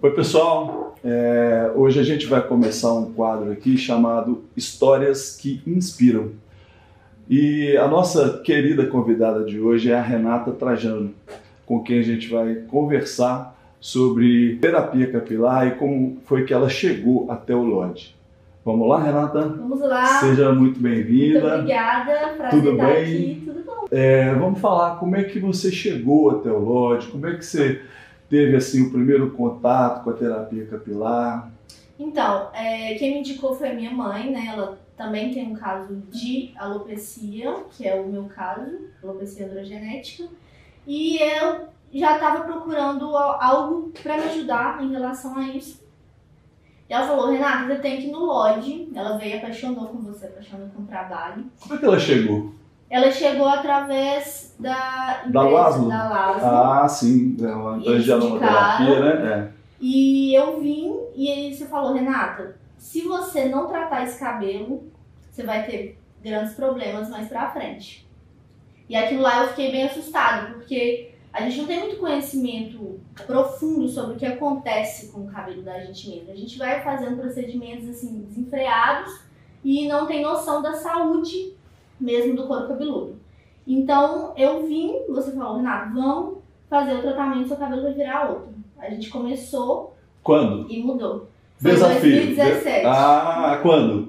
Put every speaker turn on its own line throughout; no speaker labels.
Oi pessoal, hoje a gente vai começar um quadro aqui chamado Histórias que Inspiram. E a nossa querida convidada de hoje é a Renata Trajano, com quem a gente vai conversar sobre terapia capilar e como foi que ela chegou até o Lodge. Vamos lá, Renata?
Vamos lá.
Seja muito bem-vinda.
Muito obrigada, prazer
Tudo
estar
bem?
aqui, tudo bom.
Vamos falar como é que você chegou até o Lodge, como é que você teve assim, o primeiro contato com a terapia capilar?
Então, quem me indicou foi a minha mãe, né? Ela também tem um caso de alopecia, que é o meu caso, alopecia androgenética. E eu já estava procurando algo para me ajudar em relação a isso. E ela falou, Renata, você tem que ir no Lodge. Ela veio, apaixonou com você, apaixonou com o trabalho.
Como é que ela chegou?
Ela chegou através da empresa,
Laszlo?
da Laszlo.
Ah, sim, é uma empresa de aromaterapia, né?
E eu vim, e aí você falou, Renata, se você não tratar esse cabelo, você vai ter grandes problemas mais pra frente. E aquilo lá eu fiquei bem assustada, porque a gente não tem muito conhecimento profundo sobre o que acontece com o cabelo da gente mesmo. A gente vai fazendo procedimentos assim, desenfreados e não tem noção da saúde mesmo do couro cabeludo. Então eu vim, você falou, Renata, vamos fazer o tratamento, seu cabelo vai virar outro. A gente começou.
Quando?
E mudou. Foi
Desafio.
em 2017.
Ah, quando?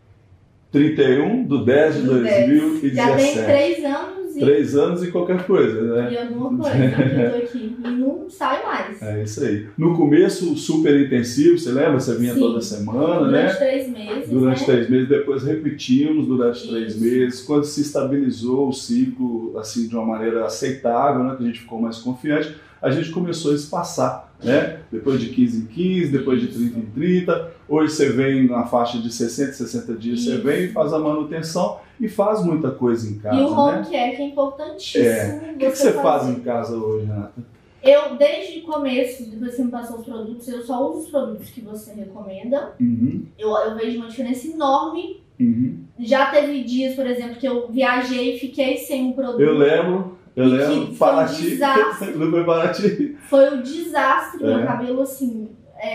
31/10/2017.
Já tem 3 anos.
3 anos e qualquer coisa, né?
E alguma coisa que eu tô aqui. E não sai mais.
É isso aí. No começo, super intensivo, você lembra? Você vinha toda semana, né?
Durante 3 meses.
Durante 3 meses, depois repetimos durante
Isso.
3 meses. Quando se estabilizou o ciclo, assim, de uma maneira aceitável, né? Que a gente ficou mais confiante, a gente começou a espaçar, né? Depois de 15 em 15, depois de 30 em 30. Hoje você vem na faixa de 60 dias,
Isso.
você vem e faz a manutenção e faz muita coisa em casa,
E o home
né?
care, que é importantíssimo.
O que você faz em casa hoje, Renata?
Eu, desde o começo, depois que você me passou os produtos, eu só uso os produtos que você recomenda.
Uhum.
Eu vejo uma diferença enorme.
Uhum.
Já teve dias, por exemplo, que eu viajei e fiquei sem um produto.
Eu lembro,
que
Paraty,
foi um desastre.
não foi Paraty?
Foi um desastre, meu cabelo assim,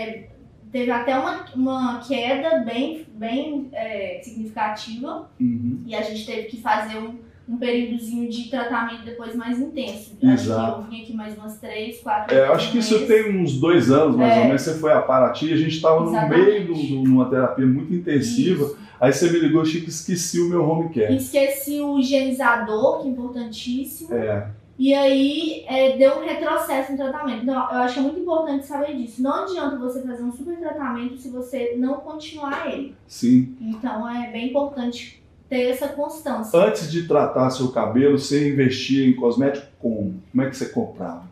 teve até uma queda bem significativa.
Uhum.
E a gente teve que fazer um períodozinho de tratamento depois mais intenso.
Exato.
Acho que eu vim aqui mais umas 3, 4
Eu acho que isso tem uns 2 anos, mais ou menos. Você foi a Paraty, a gente estava no meio de uma terapia muito intensiva.
Isso.
Aí você me ligou, Chico, esqueci o meu home care.
Esqueci o higienizador, que é importantíssimo.
É.
E aí deu um retrocesso no tratamento. Então eu acho que é muito importante saber disso. Não adianta você fazer um super tratamento se você não continuar ele.
Sim.
Então é bem importante ter essa constância.
Antes de tratar seu cabelo, você investia em cosmético como? Como é que você comprava?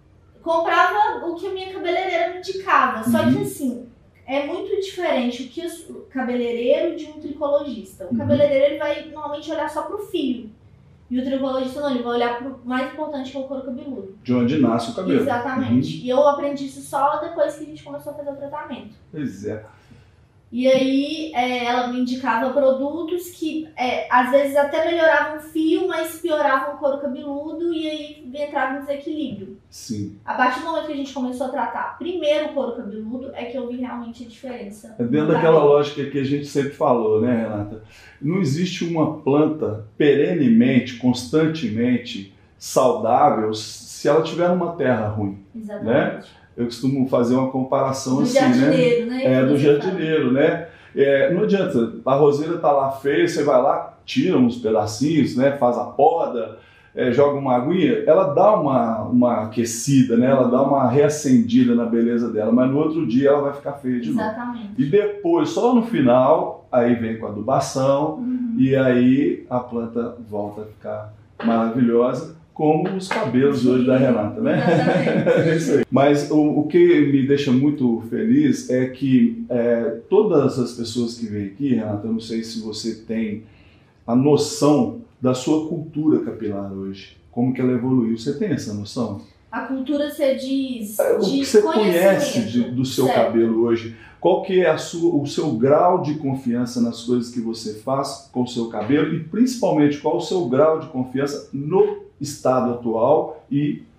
Comprava o que a minha cabeleireira me indicava. Só que assim, é muito diferente o que o cabeleireiro de um tricologista. O cabeleireiro ele vai normalmente olhar só pro fio. E o tricologista não, ele vai olhar pro mais importante, que é o couro cabeludo.
De onde nasce o cabelo.
Exatamente. E eu aprendi isso só depois que a gente começou a fazer o tratamento.
Pois é.
E aí ela me indicava produtos que às vezes até melhoravam o fio, mas pioravam o couro cabeludo e aí entrava um desequilíbrio.
Sim.
A partir do momento que a gente começou a tratar primeiro o couro cabeludo, é que eu vi realmente a diferença.
É dentro daquela lógica que a gente sempre falou, né, Renata? Não existe uma planta perenemente, constantemente saudável se ela tiver numa terra ruim.
Exatamente.
Né? Eu costumo fazer uma comparação
do
assim,
jardineiro, né?
Do jardineiro, né? Não adianta, a roseira tá lá feia, você vai lá, tira uns pedacinhos, né? Faz a poda, joga uma aguinha, ela dá uma aquecida, né? Ela dá uma reacendida na beleza dela, mas no outro dia ela vai ficar feia de novo.
Exatamente.
E depois, só no final, aí vem com a adubação, e aí a planta volta a ficar maravilhosa, como os cabelos hoje da Renata, né? É isso aí. Mas o que me deixa muito feliz é que todas as pessoas que vêm aqui, Renata, eu não sei se você tem a noção da sua cultura capilar hoje, como que ela evoluiu. Você tem essa noção?
A cultura, você diz,
o que você conhece do seu cabelo hoje? Qual que é o seu grau de confiança nas coisas que você faz com o seu cabelo e principalmente qual o seu grau de confiança no estado atual e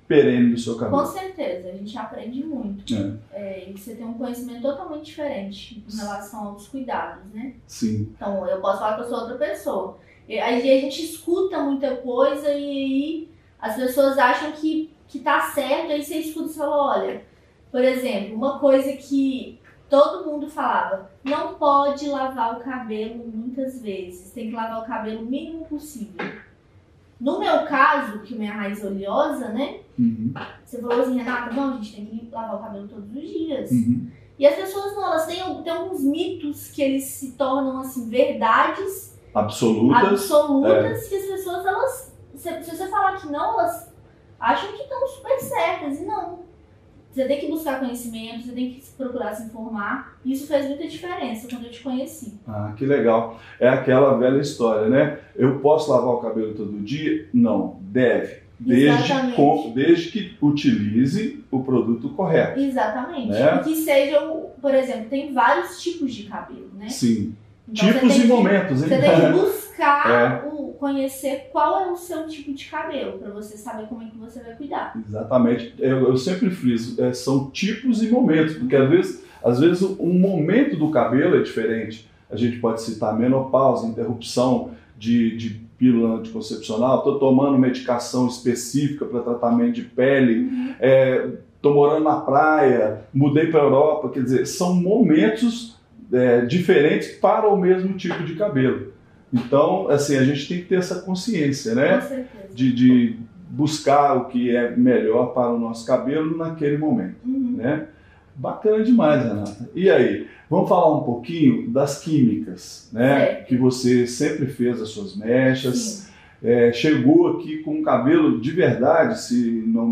perene do seu
Com
cabelo.
certeza, a gente aprende muito. E você tem um conhecimento totalmente diferente em relação aos cuidados, né?
Sim.
Então, eu posso falar que eu sou outra pessoa. Aí a gente escuta muita coisa e aí as pessoas acham que tá certo, aí você escuta e fala, olha, por exemplo, uma coisa que todo mundo falava, não pode lavar o cabelo muitas vezes, tem que lavar o cabelo o mínimo possível. No meu caso, que minha raiz é oleosa, né? Você falou assim, Renata, não, a gente tem que lavar o cabelo todos os dias. E as pessoas não, elas têm alguns mitos que eles se tornam, assim, verdades
absolutas
que as pessoas, elas, se você falar que não, elas acham que estão super certas, e não. Você tem que buscar conhecimento, você tem que procurar se informar. Isso fez muita diferença quando eu te conheci.
Ah, que legal. É aquela velha história, né? Eu posso lavar o cabelo todo dia? Não, deve. Desde que utilize o produto correto.
Exatamente.
Né?
E que seja, por exemplo, tem vários tipos de cabelo, né?
Sim.
Então,
tipos e momentos.
Você tem que buscar conhecer qual é o seu tipo de cabelo, para você saber como é que você vai cuidar.
Exatamente. Eu sempre friso, são tipos e momentos, porque às vezes um momento do cabelo é diferente. A gente pode citar menopausa, interrupção de pílula anticoncepcional, estou tomando medicação específica para tratamento de pele, estou morando na praia, mudei para a Europa, quer dizer, são momentos diferentes para o mesmo tipo de cabelo. Então, assim, a gente tem que ter essa consciência, né?
Com certeza.
De buscar o que é melhor para o nosso cabelo naquele momento, né? Bacana demais, Renata. E aí, vamos falar um pouquinho das químicas, né? Que você sempre fez as suas mechas, chegou aqui com um cabelo de verdade, se não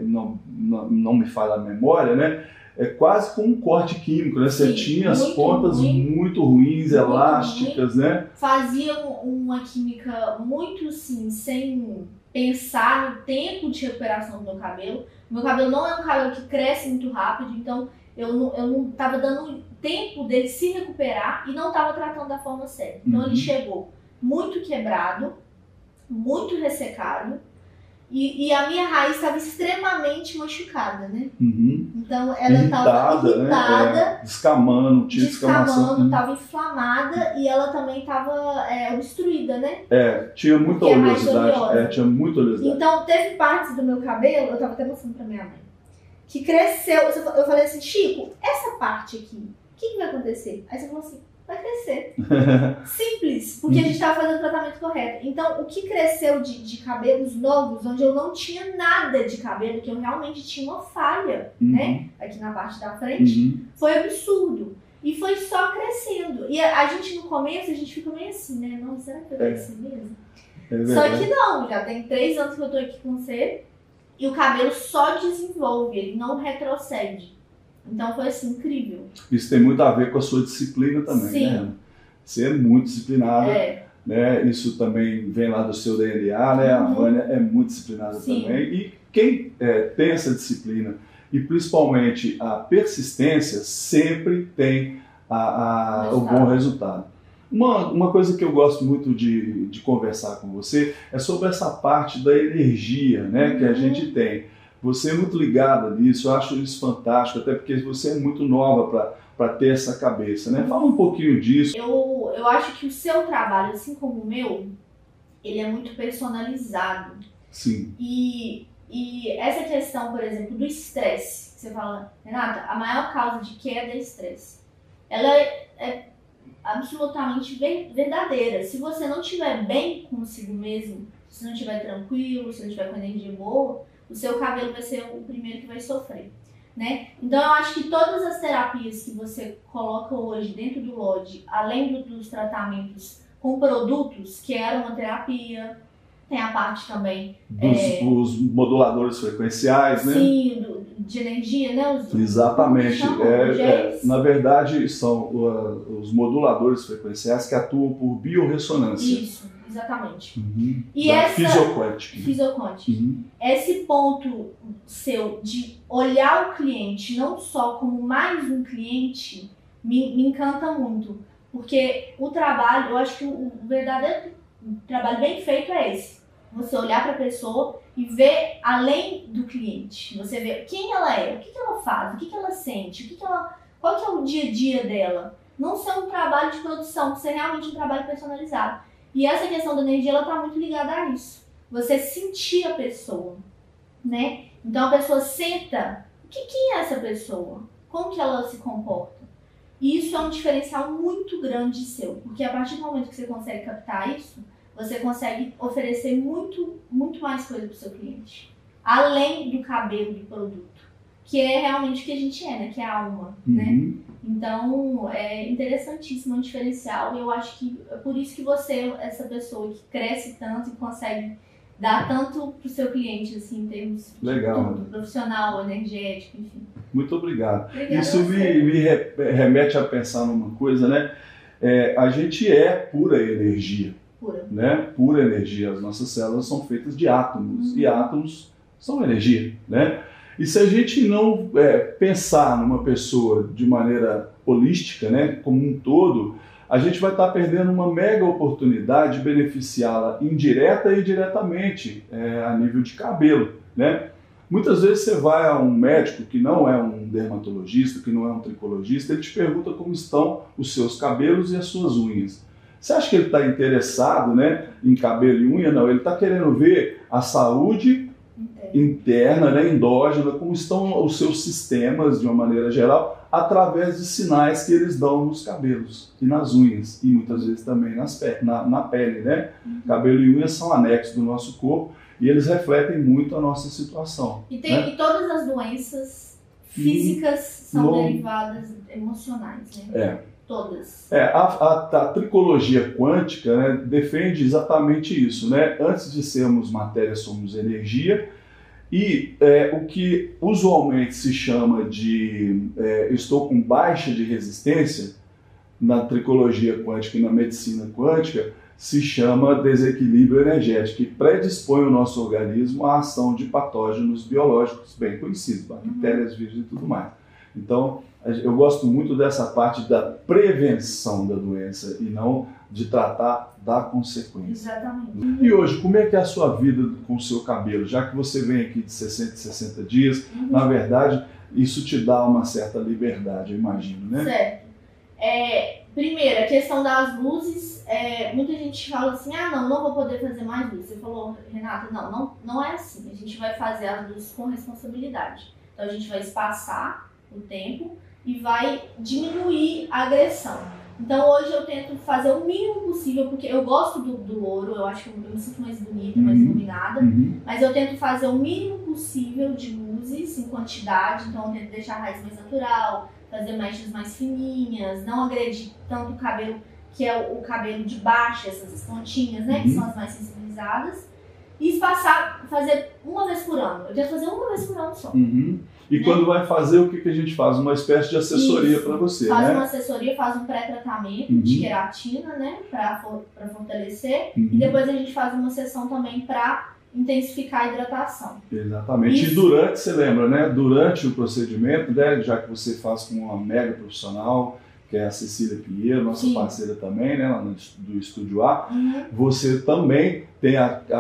me falha a memória, né? É quase com um corte químico, né? Você tinha as pontas muito ruins, elásticas, né?
Fazia uma química muito, assim, sem pensar no tempo de recuperação do meu cabelo. O meu cabelo não é um cabelo que cresce muito rápido, então eu não estava dando tempo dele se recuperar e não estava tratando da forma certa. Então ele chegou muito quebrado, muito ressecado, e a minha raiz estava extremamente machucada, né? Então ela estava irritada,
né? Descamando,
estava inflamada e ela também estava obstruída, né?
Tinha muita oleosidade. Tinha muita oleosidade.
Então teve partes do meu cabelo, eu estava até mostrando pra minha mãe, que cresceu. Eu falei assim, Chico, essa parte aqui, o que vai acontecer? Aí você falou assim, vai crescer. Simples, porque a gente estava fazendo o tratamento correto. Então, o que cresceu de cabelos novos, onde eu não tinha nada de cabelo, que eu realmente tinha uma falha, né? Aqui na parte da frente, foi absurdo. E foi só crescendo. E a gente, no começo, a gente fica meio assim, né? Não, será que eu cresci mesmo? Só que não, já tem 3 anos que eu tô aqui com você, e o cabelo só desenvolve, ele não retrocede. Então foi assim, incrível.
Isso tem muito a ver com a sua disciplina também, né? Você é muito disciplinada, né? Isso também vem lá do seu DNA, né? A Vânia é muito disciplinada também. E quem tem essa disciplina e principalmente a persistência sempre tem o bom resultado. Uma coisa que eu gosto muito de conversar com você é sobre essa parte da energia, né, que a gente tem. Você é muito ligada nisso, eu acho isso fantástico, até porque você é muito nova para ter essa cabeça, né? Fala um pouquinho disso.
Eu acho que o seu trabalho, assim como o meu, ele é muito personalizado.
Sim.
E essa questão, por exemplo, do estresse, que você fala, Renata, a maior causa de queda é estresse. Ela é absolutamente verdadeira. Se você não estiver bem consigo mesmo, se não estiver tranquilo, se não estiver com energia boa, o seu cabelo vai ser o primeiro que vai sofrer, né? Então eu acho que todas as terapias que você coloca hoje dentro do Lodge, além dos tratamentos com produtos, que era uma terapia, tem a parte também
os moduladores frequenciais, né?
Sim, de energia, né?
Exatamente. Na verdade, são os moduladores frequenciais que atuam por biorressonância.
Isso, exatamente.
E
Physioquantic. Esse ponto seu de olhar o cliente não só como mais um cliente me encanta muito. Porque o trabalho, eu acho que o verdadeiro trabalho bem feito é esse. Você olhar para a pessoa e ver além do cliente. Você vê quem ela é, o que ela faz, o que ela sente, qual que é o dia a dia dela. Não ser um trabalho de produção, ser realmente um trabalho personalizado. E essa questão da energia, ela está muito ligada a isso. Você sentir a pessoa, né? Então a pessoa senta, quem é essa pessoa? Como que ela se comporta? E isso é um diferencial muito grande seu, porque a partir do momento que você consegue captar isso, você consegue oferecer muito mais coisa para o seu cliente. Além do cabelo do produto, que é realmente o que a gente é, né? Que é a alma, né? Então, é interessantíssimo, é um diferencial. E eu acho que é por isso que você, essa pessoa que cresce tanto e consegue dar tanto pro seu cliente, assim, em termos de tudo, profissional, energético, enfim.
Muito obrigado.
Obrigada.
Isso me remete a pensar numa coisa, né? A gente é pura energia. Né? Pura energia. As nossas células são feitas de átomos. E átomos são energia, né? E se a gente não pensar numa pessoa de maneira holística, né, como um todo, a gente vai estar perdendo uma mega oportunidade de beneficiá-la indireta e diretamente a nível de cabelo, né? Muitas vezes você vai a um médico que não é um dermatologista, que não é um tricologista, ele te pergunta como estão os seus cabelos e as suas unhas. Você acha que ele está interessado, né, em cabelo e unha? Não, ele está querendo ver a saúde interna, né, endógena, como estão os seus sistemas de uma maneira geral, através de sinais que eles dão nos cabelos e nas unhas, e muitas vezes também na pele, né? Cabelo e unha são anexos do nosso corpo e eles refletem muito a nossa situação.
E todas as doenças físicas são derivadas emocionais, né? Todas.
A tricologia quântica, né, defende exatamente isso, né? Antes de sermos matéria, somos energia. E o que usualmente se chama de estou com baixa de resistência, na tricologia quântica e na medicina quântica, se chama desequilíbrio energético, que predispõe o nosso organismo à ação de patógenos biológicos bem conhecidos, bactérias, vírus e tudo mais. Então, eu gosto muito dessa parte da prevenção da doença e não de tratar da consequência.
Exatamente.
E hoje, como é que é a sua vida com o seu cabelo? Já que você vem aqui de 60 em 60 dias, na verdade, isso te dá uma certa liberdade, eu imagino, né?
Certo. Primeiro, a questão das luzes, muita gente fala assim, não vou poder fazer mais luz. Você falou, Renata, não é assim. A gente vai fazer as luzes com responsabilidade. Então, a gente vai espaçar o tempo e vai diminuir a agressão. Então hoje eu tento fazer o mínimo possível, porque eu gosto do ouro, eu acho que eu me sinto mais bonita, mais iluminada, mas eu tento fazer o mínimo possível de luzes em quantidade, então eu tento deixar a raiz mais natural, fazer mechas mais fininhas, não agredir tanto o cabelo, que é o cabelo de baixo, essas pontinhas, né, que são as mais sensibilizadas, e espaçar, fazer uma vez por ano. Eu tento fazer uma vez por ano só.
E quando vai fazer, o que a gente faz? Uma espécie de assessoria para você,
faz
né?
Uma assessoria, faz um pré-tratamento de queratina, né? Para fortalecer. E depois a gente faz uma sessão também para intensificar a hidratação.
Exatamente. E durante, você lembra, né? Durante o procedimento, né? Já que você faz com uma mega profissional, que é a Cecília Pinheiro, nossa parceira também, né? Lá do Estúdio A, você também tem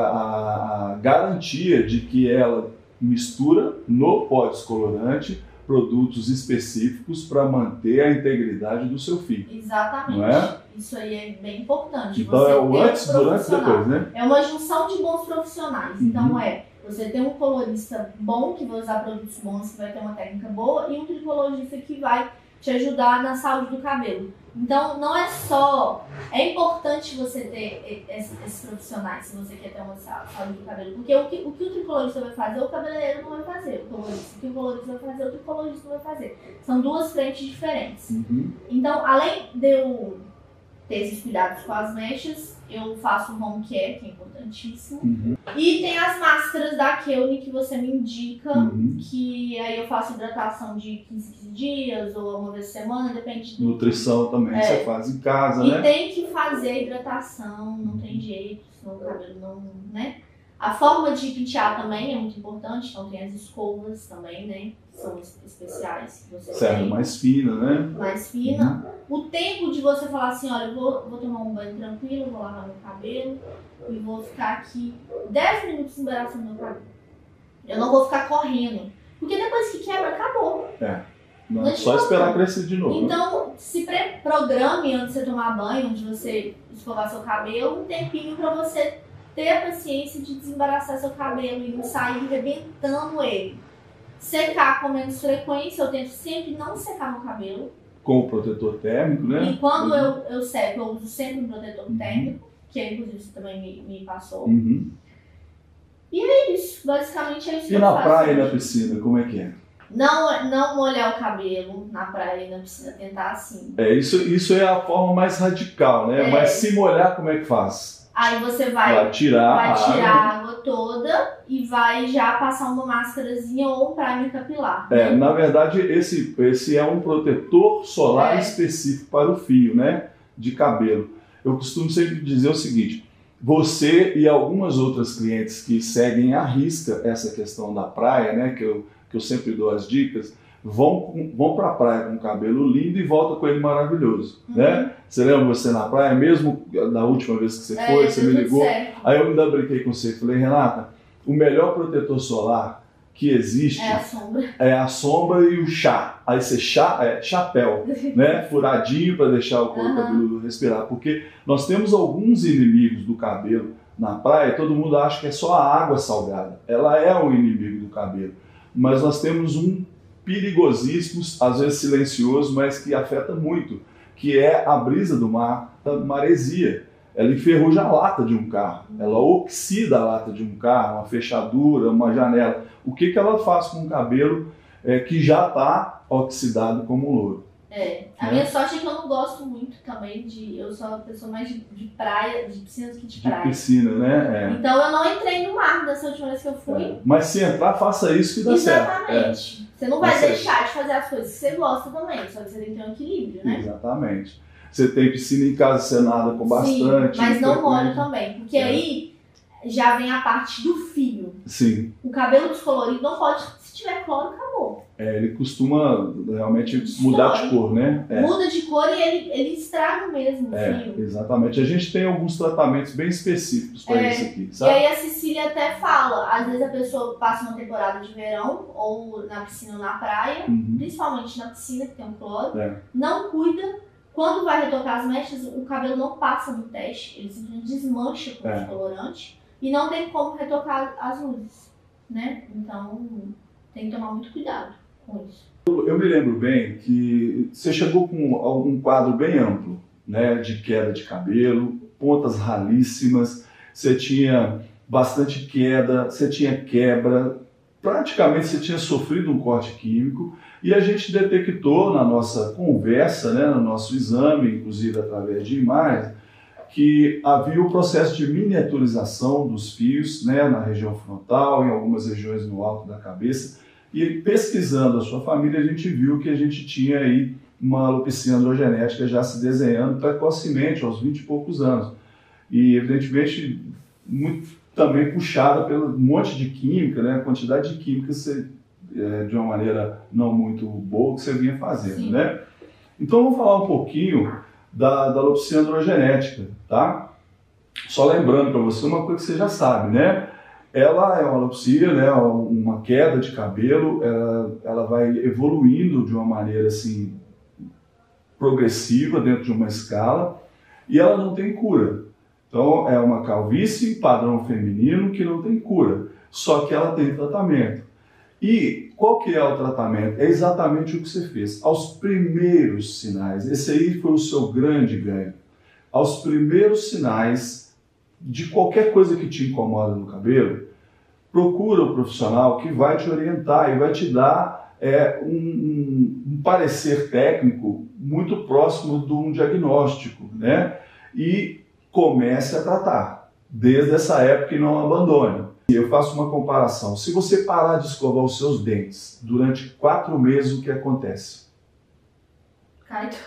a garantia de que ela mistura no pó descolorante produtos específicos para manter a integridade do seu fio.
Exatamente.
Não é?
Isso aí é bem importante.
Então
você
é o antes, durante e depois, né?
É uma junção de bons profissionais. Então você tem um colorista bom, que vai usar produtos bons, que vai ter uma técnica boa, e um tricolorista que vai te ajudar na saúde do cabelo. Então, não é só... É importante você ter esses profissionais, se você quer ter uma saúde do cabelo. Porque o que o tricolorista vai fazer, o cabeleireiro não vai fazer. O que o colorista vai fazer, o tricolorista vai fazer. São duas frentes diferentes. Então, além de eu ter esses cuidados com as mechas, eu faço um home care, que é importantíssimo. E tem as máscaras da Keune que você me indica, que aí eu faço hidratação de 15 dias ou uma vez por semana, depende do...
Nutrição também você faz em casa,
e
né?
E tem que fazer hidratação, não tem jeito, senão o cabelo não, né? A forma de pentear também é muito importante, então tem as escovas também, né? São especiais. Que você
Certo,
tem.
mais fina, né?
Mais fina. O tempo de você falar assim, olha, eu vou tomar um banho tranquilo, vou lavar meu cabelo e vou ficar aqui 10 minutos embaraçando meu cabelo. Eu não vou ficar correndo. Porque depois que quebra, acabou.
Não é só esperar crescer de novo.
Então, se programe antes de você tomar banho, antes de você escovar seu cabelo, um tempinho pra você ter a paciência de desembaraçar seu cabelo e não sair rebentando ele. Secar com menos frequência, eu tento sempre não secar meu cabelo.
Com o protetor térmico, né?
E quando eu seco, eu uso sempre um protetor térmico, que inclusive você também me passou. E é isso, basicamente é isso que eu faço.
E na praia e na piscina, como é que é?
Não molhar o cabelo na praia e na piscina, tentar assim.
Isso é a forma mais radical, né? Mas se molhar, como é que faz?
Aí você vai
tirar
a água toda e vai já passar uma máscarazinha ou um primer capilar.
Na verdade, esse é um protetor solar específico para o fio, né? De cabelo. Eu costumo sempre dizer o seguinte: você e algumas outras clientes que seguem à risca essa questão da praia, né? Que eu sempre dou as dicas, vão para a praia com o cabelo lindo e voltam com ele maravilhoso, né? Você lembra você na praia, mesmo da última vez que você foi, você me ligou? Aí eu ainda brinquei com você, falei, Renata, o melhor protetor solar que existe é a sombra e o chá. Aí você chapéu, né? Furadinho para deixar o couro cabeludo respirar, porque nós temos alguns inimigos do cabelo na praia, todo mundo acha que é só a água salgada. Ela é um inimigo do cabelo, mas nós temos um perigosíssimo, às vezes silencioso, mas que afeta muito, que é a brisa do mar, a maresia. Ela enferruja a lata de um carro, ela oxida a lata de um carro, uma fechadura, uma janela. O que ela faz com o cabelo que já está oxidado como louro?
A minha sorte é que eu não gosto muito também eu sou uma pessoa mais de praia, de piscina do que de praia.
De piscina, né?
Então eu não entrei no mar dessa última vez que eu fui.
Mas se entrar, faça isso que dá certo.
Exatamente. Você não vai deixar de fazer as coisas que você gosta também, só que você tem que ter um equilíbrio, né?
Exatamente. Você tem piscina em casa, você nada com bastante.
Sim, mas não molho também, porque aí já vem a parte do fio.
Sim.
O cabelo descolorido não pode, se tiver cloro, acabou.
Ele costuma realmente mudar de cor, né?
Muda de cor e ele estraga mesmo o fio.
Exatamente. A gente tem alguns tratamentos bem específicos para isso aqui, sabe?
E aí a Cecília até fala, às vezes a pessoa passa uma temporada de verão, ou na piscina ou na praia, principalmente na piscina, que tem um cloro, não cuida. Quando vai retocar as mechas, o cabelo não passa no teste, ele simplesmente desmancha com o descolorante e não tem como retocar as luzes, né? Então tem que tomar muito cuidado com isso.
Eu me lembro bem que você chegou com um quadro bem amplo, né? De queda de cabelo, pontas ralíssimas, você tinha bastante queda, você tinha quebra, praticamente você tinha sofrido um corte químico. E a gente detectou na nossa conversa, né, no nosso exame, inclusive através de imagens, que havia o processo de miniaturização dos fios, né, na região frontal, em algumas regiões no alto da cabeça. E pesquisando a sua família, a gente viu que a gente tinha aí uma alopecia androgenética já se desenhando precocemente, aos 20 e poucos anos. E, evidentemente, muito também puxada pelo monte de química, né, a quantidade de química de uma maneira não muito boa que você vinha fazendo, né? Então vamos falar um pouquinho da alopecia androgenética, tá? Só lembrando para você uma coisa que você já sabe, né? Ela é uma alopecia, né? Uma queda de cabelo, ela vai evoluindo de uma maneira assim progressiva dentro de uma escala e ela não tem cura. Então é uma calvície padrão feminino que não tem cura, só que ela tem tratamento. E qual que é o tratamento? É exatamente o que você fez. Aos primeiros sinais, esse aí foi o seu grande ganho. Aos primeiros sinais de qualquer coisa que te incomoda no cabelo, procura o profissional que vai te orientar e vai te dar um parecer técnico muito próximo de um diagnóstico, né? E comece a tratar, desde essa época e não abandone. Eu faço uma comparação. Se você parar de escovar os seus dentes durante 4 meses, o que acontece?
Cai tudo.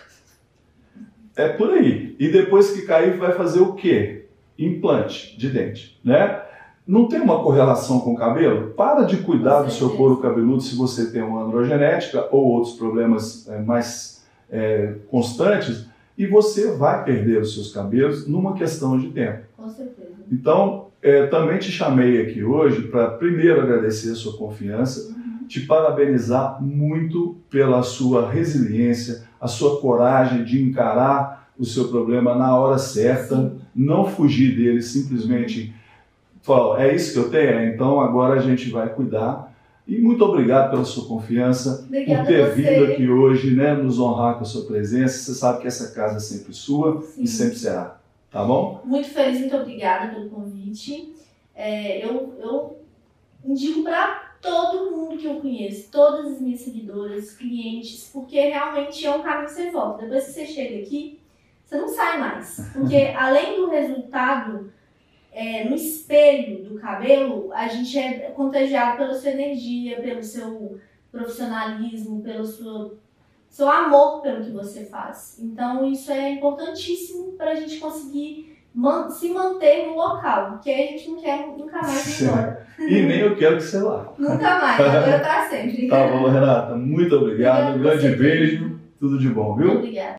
É por aí. E depois que cair, vai fazer o quê? Implante de dente, né? Não tem uma correlação com o cabelo? Para de cuidar do seu couro cabeludo se você tem uma androgenética ou outros problemas mais constantes, e você vai perder os seus cabelos numa questão de tempo.
Com certeza.
Então, também te chamei aqui hoje para primeiro agradecer a sua confiança, te parabenizar muito pela sua resiliência, a sua coragem de encarar o seu problema na hora certa, não fugir dele, simplesmente falar, é isso que eu tenho? Então agora a gente vai cuidar. E muito obrigado pela sua confiança,
Obrigada
por ter
a você.
vindo aqui hoje, né, nos honrar com a sua presença. Você sabe que essa casa é sempre sua e sempre será, tá bom?
Muito feliz, muito obrigada pelo convite. Eu indico para todo mundo que eu conheço, todas as minhas seguidoras, clientes, porque realmente é um caminho que você volta. Depois que você chega aqui, você não sai mais. Porque além do resultado, no espelho do cabelo, a gente é contagiado pela sua energia, pelo seu profissionalismo, pelo seu amor pelo que você faz. Então isso é importantíssimo para a gente conseguir se manter no local, porque a gente não quer nunca mais ir embora.
E nem eu quero que você lá.
Nunca mais, agora para sempre.
Tá bom, Renata. Muito obrigado. Um grande
você,
beijo. Tudo de bom, viu?
Obrigada.